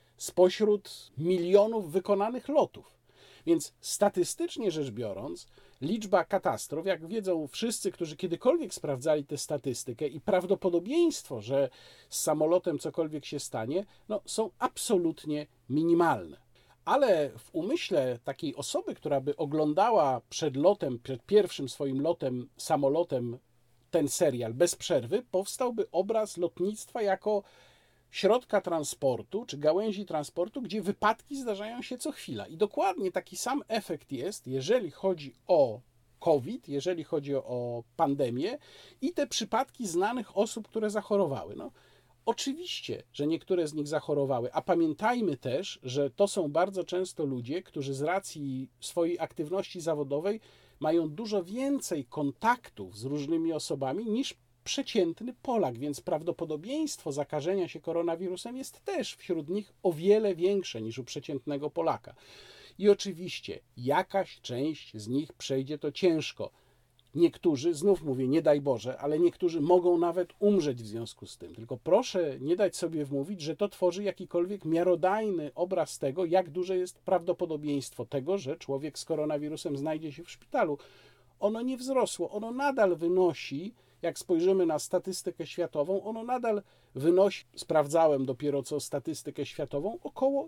spośród milionów wykonanych lotów. Więc statystycznie rzecz biorąc, liczba katastrof, jak wiedzą wszyscy, którzy kiedykolwiek sprawdzali tę statystykę, i prawdopodobieństwo, że z samolotem cokolwiek się stanie, no, są absolutnie minimalne. Ale w umyśle takiej osoby, która by oglądała przed lotem, przed pierwszym swoim lotem samolotem ten serial bez przerwy, powstałby obraz lotnictwa jako środka transportu czy gałęzi transportu, gdzie wypadki zdarzają się co chwila. I dokładnie taki sam efekt jest, jeżeli chodzi o COVID, jeżeli chodzi o pandemię i te przypadki znanych osób, które zachorowały. No, oczywiście, że niektóre z nich zachorowały, a pamiętajmy też, że to są bardzo często ludzie, którzy z racji swojej aktywności zawodowej mają dużo więcej kontaktów z różnymi osobami niż przeciętny Polak, więc prawdopodobieństwo zakażenia się koronawirusem jest też wśród nich o wiele większe niż u przeciętnego Polaka. I oczywiście jakaś część z nich przejdzie to ciężko. Niektórzy, znów mówię, nie daj Boże, ale niektórzy mogą nawet umrzeć w związku z tym. Tylko proszę nie dać sobie wmówić, że to tworzy jakikolwiek miarodajny obraz tego, jak duże jest prawdopodobieństwo tego, że człowiek z koronawirusem znajdzie się w szpitalu. Ono nie wzrosło, ono nadal wynosi, jak spojrzymy na statystykę światową, ono nadal wynosi, sprawdzałem dopiero co statystykę światową, około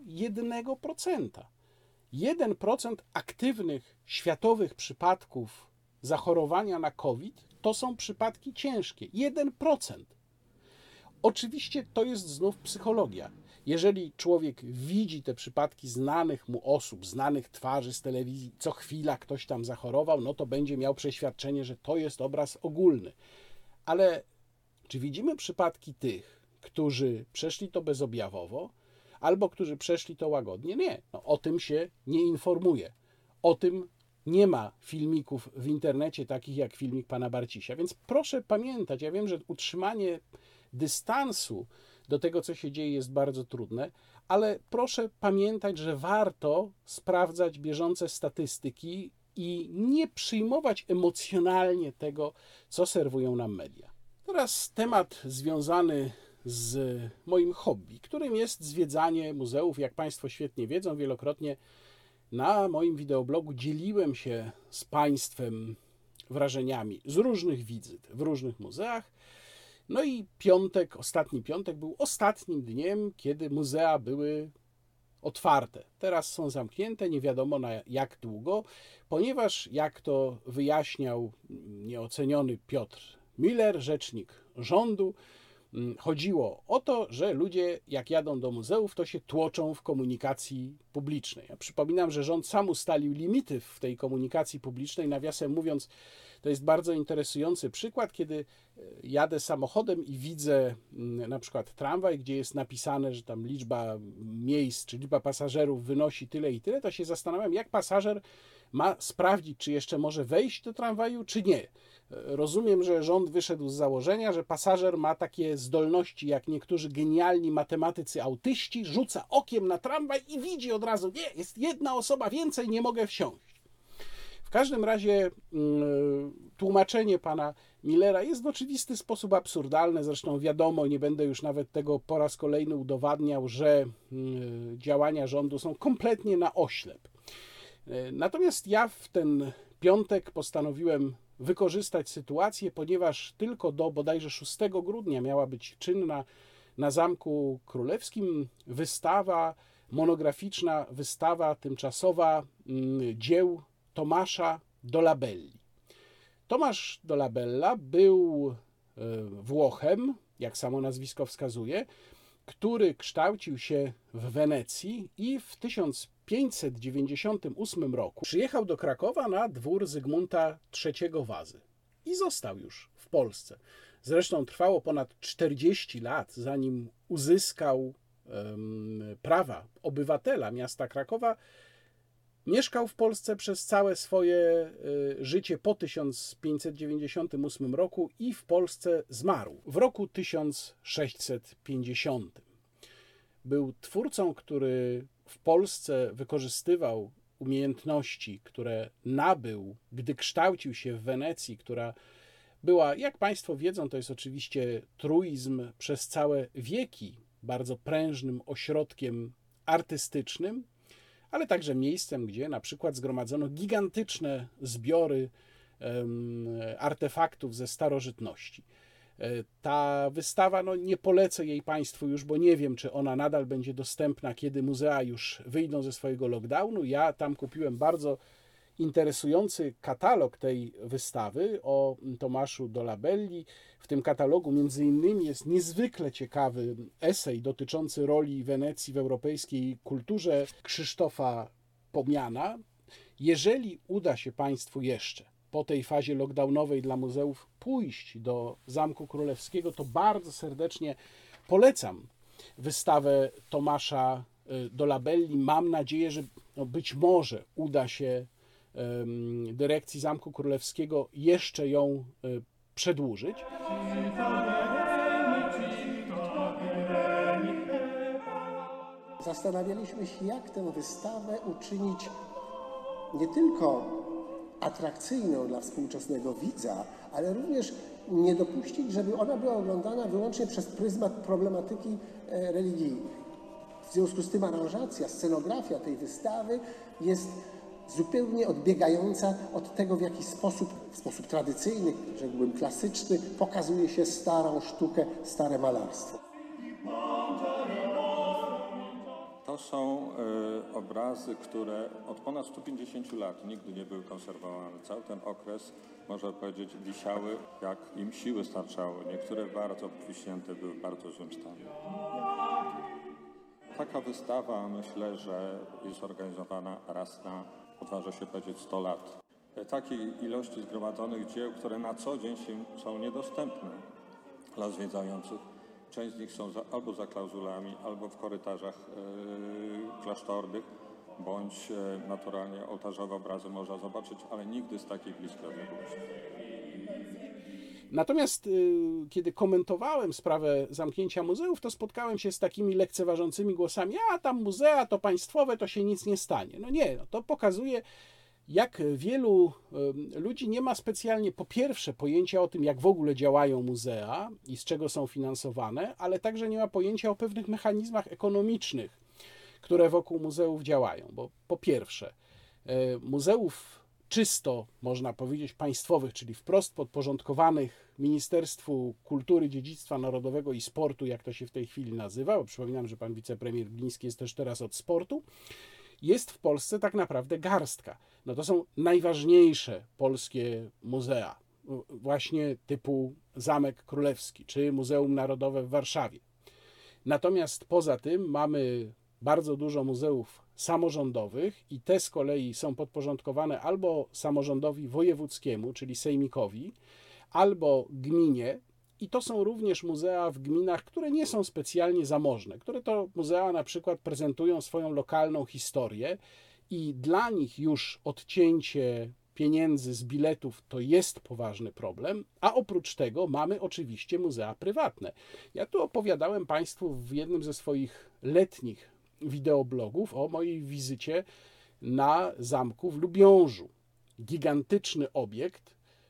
1%. 1% aktywnych światowych przypadków zachorowania na COVID to są przypadki ciężkie. 1%. Oczywiście to jest znów psychologia. Jeżeli człowiek widzi te przypadki znanych mu osób, znanych twarzy z telewizji, co chwila ktoś tam zachorował, no to będzie miał przeświadczenie, że to jest obraz ogólny. Ale czy widzimy przypadki tych, którzy przeszli to bezobjawowo, albo którzy przeszli to łagodnie? Nie. No, o tym się nie informuje. O tym nie ma filmików w internecie, takich jak filmik pana Barcisia. Więc proszę pamiętać, ja wiem, że utrzymanie dystansu do tego, co się dzieje, jest bardzo trudne, ale proszę pamiętać, że warto sprawdzać bieżące statystyki i nie przyjmować emocjonalnie tego, co serwują nam media. Teraz temat związany z moim hobby, którym jest zwiedzanie muzeów. Jak Państwo świetnie wiedzą, wielokrotnie na moim wideoblogu dzieliłem się z Państwem wrażeniami z różnych wizyt w różnych muzeach. No i piątek, ostatni piątek był ostatnim dniem, kiedy muzea były otwarte. Teraz są zamknięte, nie wiadomo na jak długo, ponieważ, jak to wyjaśniał nieoceniony Piotr Müller, rzecznik rządu, chodziło o to, że ludzie jak jadą do muzeów, to się tłoczą w komunikacji publicznej. Ja przypominam, że rząd sam ustalił limity w tej komunikacji publicznej. Nawiasem mówiąc, to jest bardzo interesujący przykład, kiedy jadę samochodem i widzę na przykład tramwaj, gdzie jest napisane, że tam liczba miejsc czy liczba pasażerów wynosi tyle i tyle, to się zastanawiam, jak pasażer ma sprawdzić, czy jeszcze może wejść do tramwaju, czy nie. Rozumiem, że rząd wyszedł z założenia, że pasażer ma takie zdolności, jak niektórzy genialni matematycy autyści, rzuca okiem na tramwaj i widzi od razu, nie, jest jedna osoba więcej, nie mogę wsiąść. W każdym razie tłumaczenie pana Millera jest w oczywisty sposób absurdalne, zresztą wiadomo, nie będę już nawet tego po raz kolejny udowadniał, że działania rządu są kompletnie na oślep. Natomiast ja w ten piątek postanowiłem wykorzystać sytuację, ponieważ tylko do bodajże 6 grudnia miała być czynna na Zamku Królewskim wystawa, monograficzna wystawa tymczasowa dzieł Tomasza Dolabelli. Tomasz Dolabella był Włochem, jak samo nazwisko wskazuje, który kształcił się w Wenecji i w 1598 roku przyjechał do Krakowa na dwór Zygmunta III Wazy i został już w Polsce. Zresztą trwało ponad 40 lat, zanim uzyskał prawa obywatela miasta Krakowa. Mieszkał w Polsce przez całe swoje życie po 1598 roku i w Polsce zmarł w roku 1650. Był twórcą, który w Polsce wykorzystywał umiejętności, które nabył, gdy kształcił się w Wenecji, która była, jak Państwo wiedzą, to jest oczywiście truizm przez całe wieki, bardzo prężnym ośrodkiem artystycznym, ale także miejscem, gdzie na przykład zgromadzono gigantyczne zbiory artefaktów ze starożytności. Ta wystawa, nie polecę jej Państwu już, bo nie wiem, czy ona nadal będzie dostępna, kiedy muzea już wyjdą ze swojego lockdownu. Ja tam kupiłem bardzo interesujący katalog tej wystawy o Tomaszu Dolabelli. W tym katalogu między innymi jest niezwykle ciekawy esej dotyczący roli Wenecji w europejskiej kulturze Krzysztofa Pomiana. Jeżeli uda się Państwu jeszcze po tej fazie lockdownowej dla muzeów pójść do Zamku Królewskiego, to bardzo serdecznie polecam wystawę Tomasza Dolabelli. Mam nadzieję, że być może uda się dyrekcji Zamku Królewskiego jeszcze ją przedłużyć. Zastanawialiśmy się, jak tę wystawę uczynić nie tylko atrakcyjną dla współczesnego widza, ale również nie dopuścić, żeby ona była oglądana wyłącznie przez pryzmat problematyki religijnej. W związku z tym aranżacja, scenografia tej wystawy jest zupełnie odbiegająca od tego, w jaki sposób tradycyjny, rzekłbym klasyczny, pokazuje się starą sztukę, stare malarstwo. To są obrazy, które od ponad 150 lat nigdy nie były konserwowane. Cały ten okres, można powiedzieć, wisiały, jak im siły starczały. Niektóre bardzo wyśnięte były w bardzo złym stanie. Taka wystawa, myślę, że jest organizowana raz na, odważę się powiedzieć, 100 lat. Takiej ilości zgromadzonych dzieł, które na co dzień są niedostępne dla zwiedzających. Część z nich są albo za klauzulami, albo w korytarzach klasztornych, bądź naturalnie ołtarzowe obrazy można zobaczyć, ale nigdy z takiej bliskiej odległości. Natomiast kiedy komentowałem sprawę zamknięcia muzeów, to spotkałem się z takimi lekceważącymi głosami: a tam muzea to państwowe, to się nic nie stanie. To pokazuje, jak wielu ludzi nie ma specjalnie, po pierwsze, pojęcia o tym, jak w ogóle działają muzea i z czego są finansowane, ale także nie ma pojęcia o pewnych mechanizmach ekonomicznych, które wokół muzeów działają. Bo po pierwsze, muzeów czysto, można powiedzieć, państwowych, czyli wprost podporządkowanych Ministerstwu Kultury, Dziedzictwa Narodowego i Sportu, jak to się w tej chwili nazywa, bo przypominam, że pan wicepremier Gliński jest też teraz od sportu, jest w Polsce tak naprawdę garstka. To są najważniejsze polskie muzea, właśnie typu Zamek Królewski czy Muzeum Narodowe w Warszawie. Natomiast poza tym mamy bardzo dużo muzeów samorządowych i te z kolei są podporządkowane albo samorządowi wojewódzkiemu, czyli sejmikowi, albo gminie. I to są również muzea w gminach, które nie są specjalnie zamożne, które to muzea na przykład prezentują swoją lokalną historię i dla nich już odcięcie pieniędzy z biletów to jest poważny problem, a oprócz tego mamy oczywiście muzea prywatne. Ja tu opowiadałem Państwu w jednym ze swoich letnich wideoblogów o mojej wizycie na zamku w Lubiążu. Gigantyczny obiekt,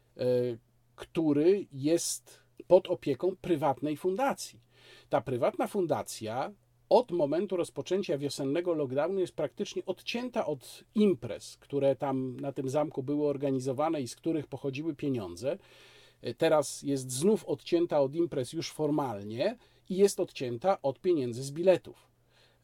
który jest pod opieką prywatnej fundacji. Ta prywatna fundacja od momentu rozpoczęcia wiosennego lockdownu jest praktycznie odcięta od imprez, które tam na tym zamku były organizowane i z których pochodziły pieniądze. Teraz jest znów odcięta od imprez już formalnie i jest odcięta od pieniędzy z biletów.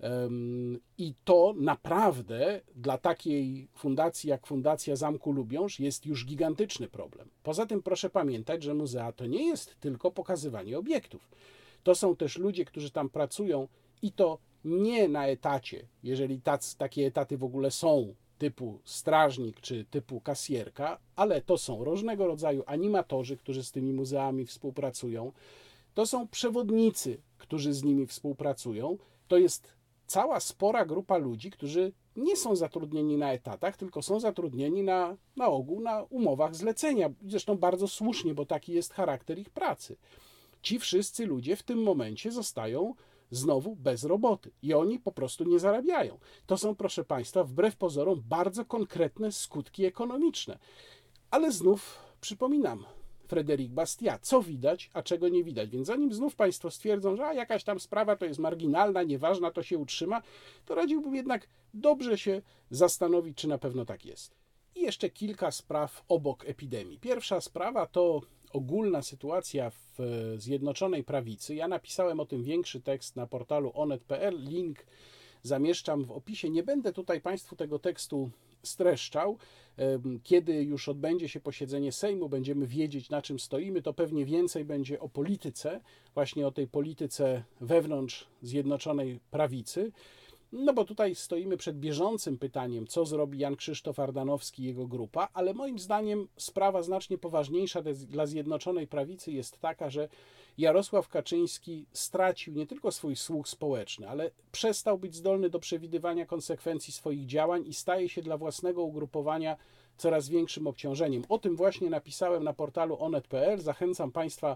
I to naprawdę dla takiej fundacji jak Fundacja Zamku Lubiąż jest już gigantyczny problem. Poza tym proszę pamiętać, że muzea to nie jest tylko pokazywanie obiektów. To są też ludzie, którzy tam pracują i to nie na etacie, jeżeli takie etaty w ogóle są, typu strażnik czy typu kasjerka, ale to są różnego rodzaju animatorzy, którzy z tymi muzeami współpracują. To są przewodnicy, którzy z nimi współpracują. To jest cała spora grupa ludzi, którzy nie są zatrudnieni na etatach, tylko są zatrudnieni na ogół na umowach zlecenia. Zresztą bardzo słusznie, bo taki jest charakter ich pracy. Ci wszyscy ludzie w tym momencie zostają znowu bez roboty i oni po prostu nie zarabiają. To są, proszę Państwa, wbrew pozorom bardzo konkretne skutki ekonomiczne. Ale znów przypominam, Frédéric Bastiat, co widać, a czego nie widać. Więc zanim znów Państwo stwierdzą, że jakaś tam sprawa to jest marginalna, nieważna, to się utrzyma, to radziłbym jednak dobrze się zastanowić, czy na pewno tak jest. I jeszcze kilka spraw obok epidemii. Pierwsza sprawa to ogólna sytuacja w Zjednoczonej Prawicy. Ja napisałem o tym większy tekst na portalu onet.pl. Link zamieszczam w opisie. Nie będę tutaj Państwu tego tekstu streszczał. Kiedy już odbędzie się posiedzenie Sejmu, będziemy wiedzieć, na czym stoimy, to pewnie więcej będzie o polityce, właśnie o tej polityce wewnątrz Zjednoczonej Prawicy. No bo tutaj stoimy przed bieżącym pytaniem, co zrobi Jan Krzysztof Ardanowski i jego grupa, ale moim zdaniem sprawa znacznie poważniejsza dla Zjednoczonej Prawicy jest taka, że Jarosław Kaczyński stracił nie tylko swój słuch społeczny, ale przestał być zdolny do przewidywania konsekwencji swoich działań i staje się dla własnego ugrupowania coraz większym obciążeniem. O tym właśnie napisałem na portalu onet.pl. Zachęcam Państwa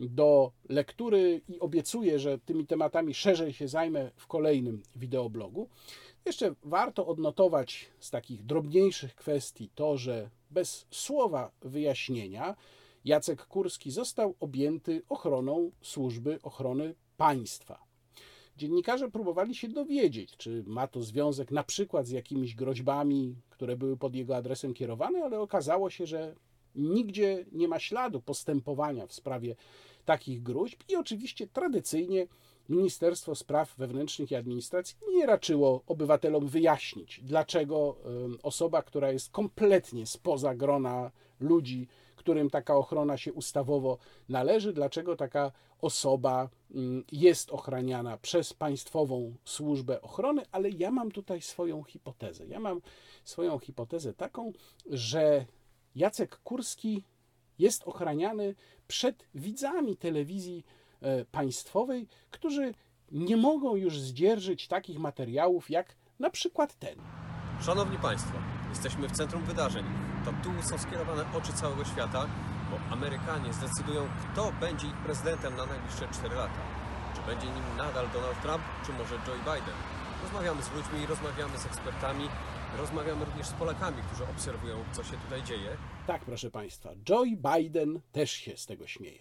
do lektury i obiecuję, że tymi tematami szerzej się zajmę w kolejnym wideoblogu. Jeszcze warto odnotować z takich drobniejszych kwestii to, że bez słowa wyjaśnienia Jacek Kurski został objęty ochroną Służby Ochrony Państwa. Dziennikarze próbowali się dowiedzieć, czy ma to związek na przykład z jakimiś groźbami, które były pod jego adresem kierowane, ale okazało się, że nigdzie nie ma śladu postępowania w sprawie takich gruźb i oczywiście tradycyjnie Ministerstwo Spraw Wewnętrznych i Administracji nie raczyło obywatelom wyjaśnić, dlaczego osoba, która jest kompletnie spoza grona ludzi, którym taka ochrona się ustawowo należy, dlaczego taka osoba jest ochraniana przez Państwową Służbę Ochrony, ale ja mam tutaj swoją hipotezę. Ja mam swoją hipotezę taką, że Jacek Kurski jest ochraniany przed widzami telewizji państwowej, którzy nie mogą już zdzierżyć takich materiałów jak na przykład ten. Szanowni Państwo, jesteśmy w centrum wydarzeń. To tu są skierowane oczy całego świata, bo Amerykanie zdecydują, kto będzie ich prezydentem na najbliższe 4 lata. Czy będzie nim nadal Donald Trump, czy może Joe Biden? Rozmawiamy z ludźmi, rozmawiamy z ekspertami, rozmawiamy również z Polakami, którzy obserwują, co się tutaj dzieje. Tak, proszę Państwa, Joe Biden też się z tego śmieje.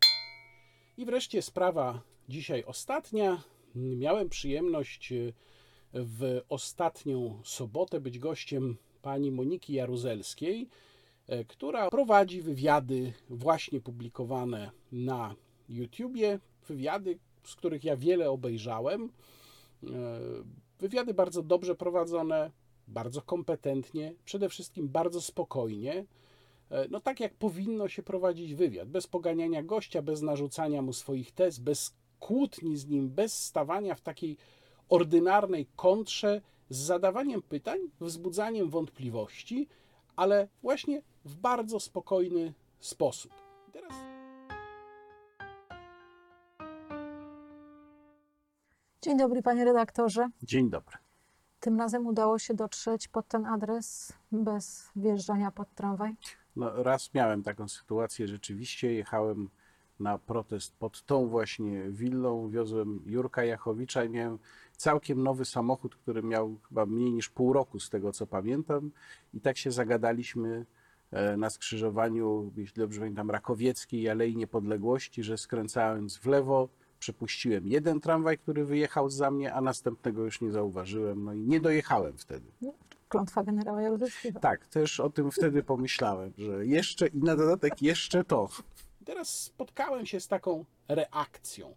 I wreszcie sprawa dzisiaj ostatnia. Miałem przyjemność w ostatnią sobotę być gościem pani Moniki Jaruzelskiej, która prowadzi wywiady właśnie publikowane na YouTubie. Wywiady, z których ja wiele obejrzałem. Wywiady bardzo dobrze prowadzone, bardzo kompetentnie, przede wszystkim bardzo spokojnie. No tak jak powinno się prowadzić wywiad, bez poganiania gościa, bez narzucania mu swoich tez, bez kłótni z nim, bez stawania w takiej ordynarnej kontrze, z zadawaniem pytań, wzbudzaniem wątpliwości, ale właśnie w bardzo spokojny sposób. Teraz... Dzień dobry, panie redaktorze. Dzień dobry. Tym razem udało się dotrzeć pod ten adres bez wjeżdżania pod tramwaj? No, raz miałem taką sytuację, rzeczywiście jechałem na protest pod tą właśnie willą, wiozłem Jurka Jachowicza i miałem całkiem nowy samochód, który miał chyba mniej niż pół roku z tego, co pamiętam, i tak się zagadaliśmy na skrzyżowaniu, jeśli dobrze pamiętam, Rakowieckiej i Alei Niepodległości, że skręcając w lewo przepuściłem jeden tramwaj, który wyjechał za mnie, a następnego już nie zauważyłem, no i nie dojechałem wtedy. Klątwa generała Jaruzelskiego. Tak, też o tym wtedy pomyślałem, że jeszcze i na dodatek jeszcze to. Teraz spotkałem się z taką reakcją.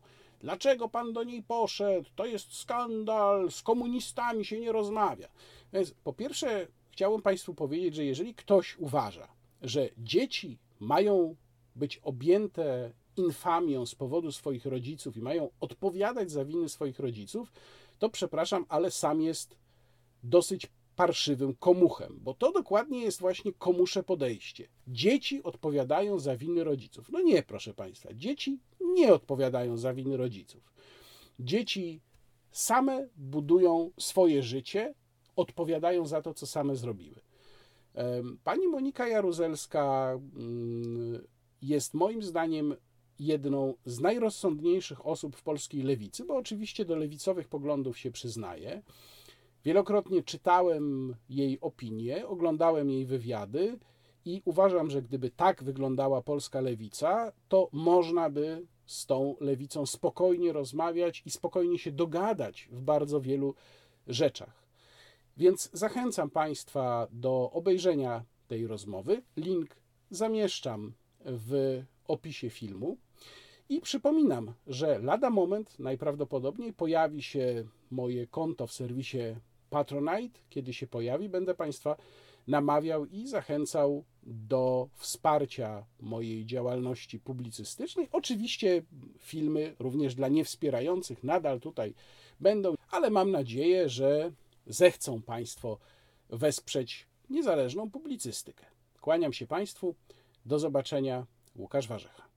Dlaczego pan do niej poszedł? To jest skandal, z komunistami się nie rozmawia. Więc po pierwsze chciałbym państwu powiedzieć, że jeżeli ktoś uważa, że dzieci mają być objęte infamią z powodu swoich rodziców i mają odpowiadać za winy swoich rodziców, to przepraszam, ale sam jest dosyć parszywym komuchem, bo to dokładnie jest właśnie komusze podejście. Dzieci odpowiadają za winy rodziców. No nie, proszę państwa, dzieci nie odpowiadają za winy rodziców. Dzieci same budują swoje życie, odpowiadają za to, co same zrobiły. Pani Monika Jaruzelska jest moim zdaniem jedną z najrozsądniejszych osób w polskiej lewicy, bo oczywiście do lewicowych poglądów się przyznaje. Wielokrotnie czytałem jej opinie, oglądałem jej wywiady i uważam, że gdyby tak wyglądała polska lewica, to można by z tą lewicą spokojnie rozmawiać i spokojnie się dogadać w bardzo wielu rzeczach. Więc zachęcam państwa do obejrzenia tej rozmowy. Link zamieszczam w opisie filmu. I przypominam, że lada moment najprawdopodobniej pojawi się moje konto w serwisie Patronite. Kiedy się pojawi, będę państwa namawiał i zachęcał do wsparcia mojej działalności publicystycznej. Oczywiście filmy również dla niewspierających nadal tutaj będą, ale mam nadzieję, że zechcą państwo wesprzeć niezależną publicystykę. Kłaniam się państwu. Do zobaczenia. Łukasz Warzecha.